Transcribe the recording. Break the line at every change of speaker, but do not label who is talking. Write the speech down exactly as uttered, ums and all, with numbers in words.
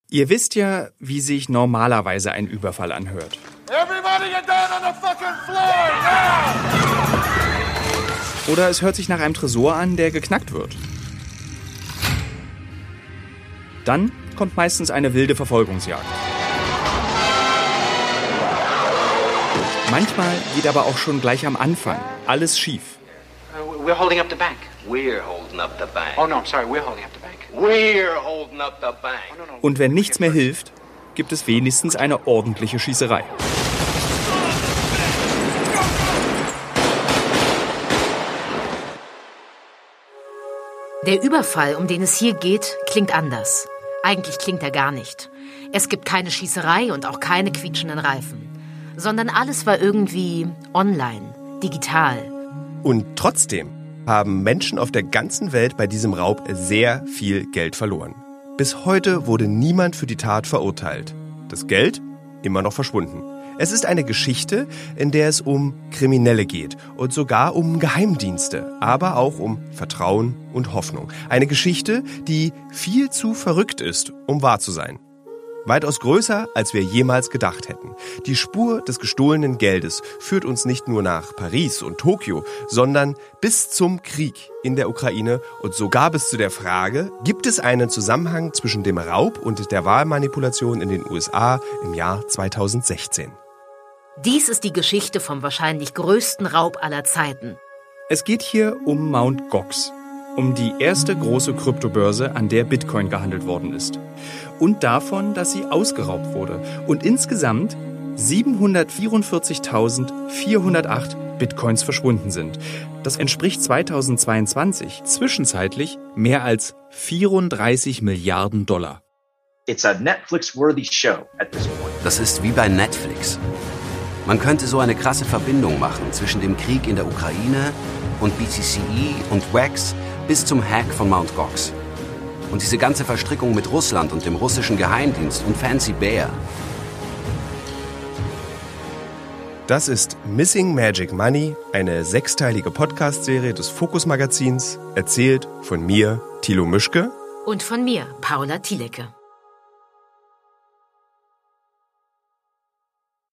Ihr wisst ja, wie sich normalerweise ein Überfall anhört.
Everybody get down on the fucking floor now!
Oder es hört sich nach einem Tresor an, der geknackt wird. Dann kommt meistens eine wilde Verfolgungsjagd. Manchmal geht aber auch schon gleich am Anfang alles schief.
Uh, we're holding up the bank.
We're holding up the bank.
Oh no, I'm sorry, we're holding up the bank.
We're holding up the bank.
Oh, no, no.
Und wenn nichts mehr hilft, gibt es wenigstens eine ordentliche Schießerei.
Der Überfall, um den es hier geht, klingt anders. Eigentlich klingt er gar nicht. Es gibt keine Schießerei und auch keine quietschenden Reifen. Sondern alles war irgendwie online, digital.
Und trotzdem haben Menschen auf der ganzen Welt bei diesem Raub sehr viel Geld verloren. Bis heute wurde niemand für die Tat verurteilt. Das Geld immer noch verschwunden. Es ist eine Geschichte, in der es um Kriminelle geht und sogar um Geheimdienste, aber auch um Vertrauen und Hoffnung. Eine Geschichte, die viel zu verrückt ist, um wahr zu sein. Weitaus größer, als wir jemals gedacht hätten. Die Spur des gestohlenen Geldes führt uns nicht nur nach Paris und Tokio, sondern bis zum Krieg in der Ukraine und sogar bis zu der Frage, gibt es einen Zusammenhang zwischen dem Raub und der Wahlmanipulation in den U S A im Jahr zweitausendsechzehn.
Dies ist die Geschichte vom wahrscheinlich größten Raub aller Zeiten.
Es geht hier um Mount Gox, um die erste große Kryptobörse, an der Bitcoin gehandelt worden ist. Und davon, dass sie ausgeraubt wurde und insgesamt siebenhundertvierundvierzigtausendvierhundertacht Bitcoins verschwunden sind. Das entspricht zweitausendzweiundzwanzig zwischenzeitlich mehr als vierunddreißig Milliarden Dollar.
It's a Netflix-worthy show at this point.
Das ist wie bei Netflix. Man könnte so eine krasse Verbindung machen zwischen dem Krieg in der Ukraine und B T C E und Wax bis zum Hack von Mount Gox. Und diese ganze Verstrickung mit Russland und dem russischen Geheimdienst und Fancy Bear.
Das ist Missing Magic Money, eine sechsteilige Podcast-Serie des Focus Magazins, erzählt von mir, Thilo Mischke.
Und von mir, Paula Thielecke.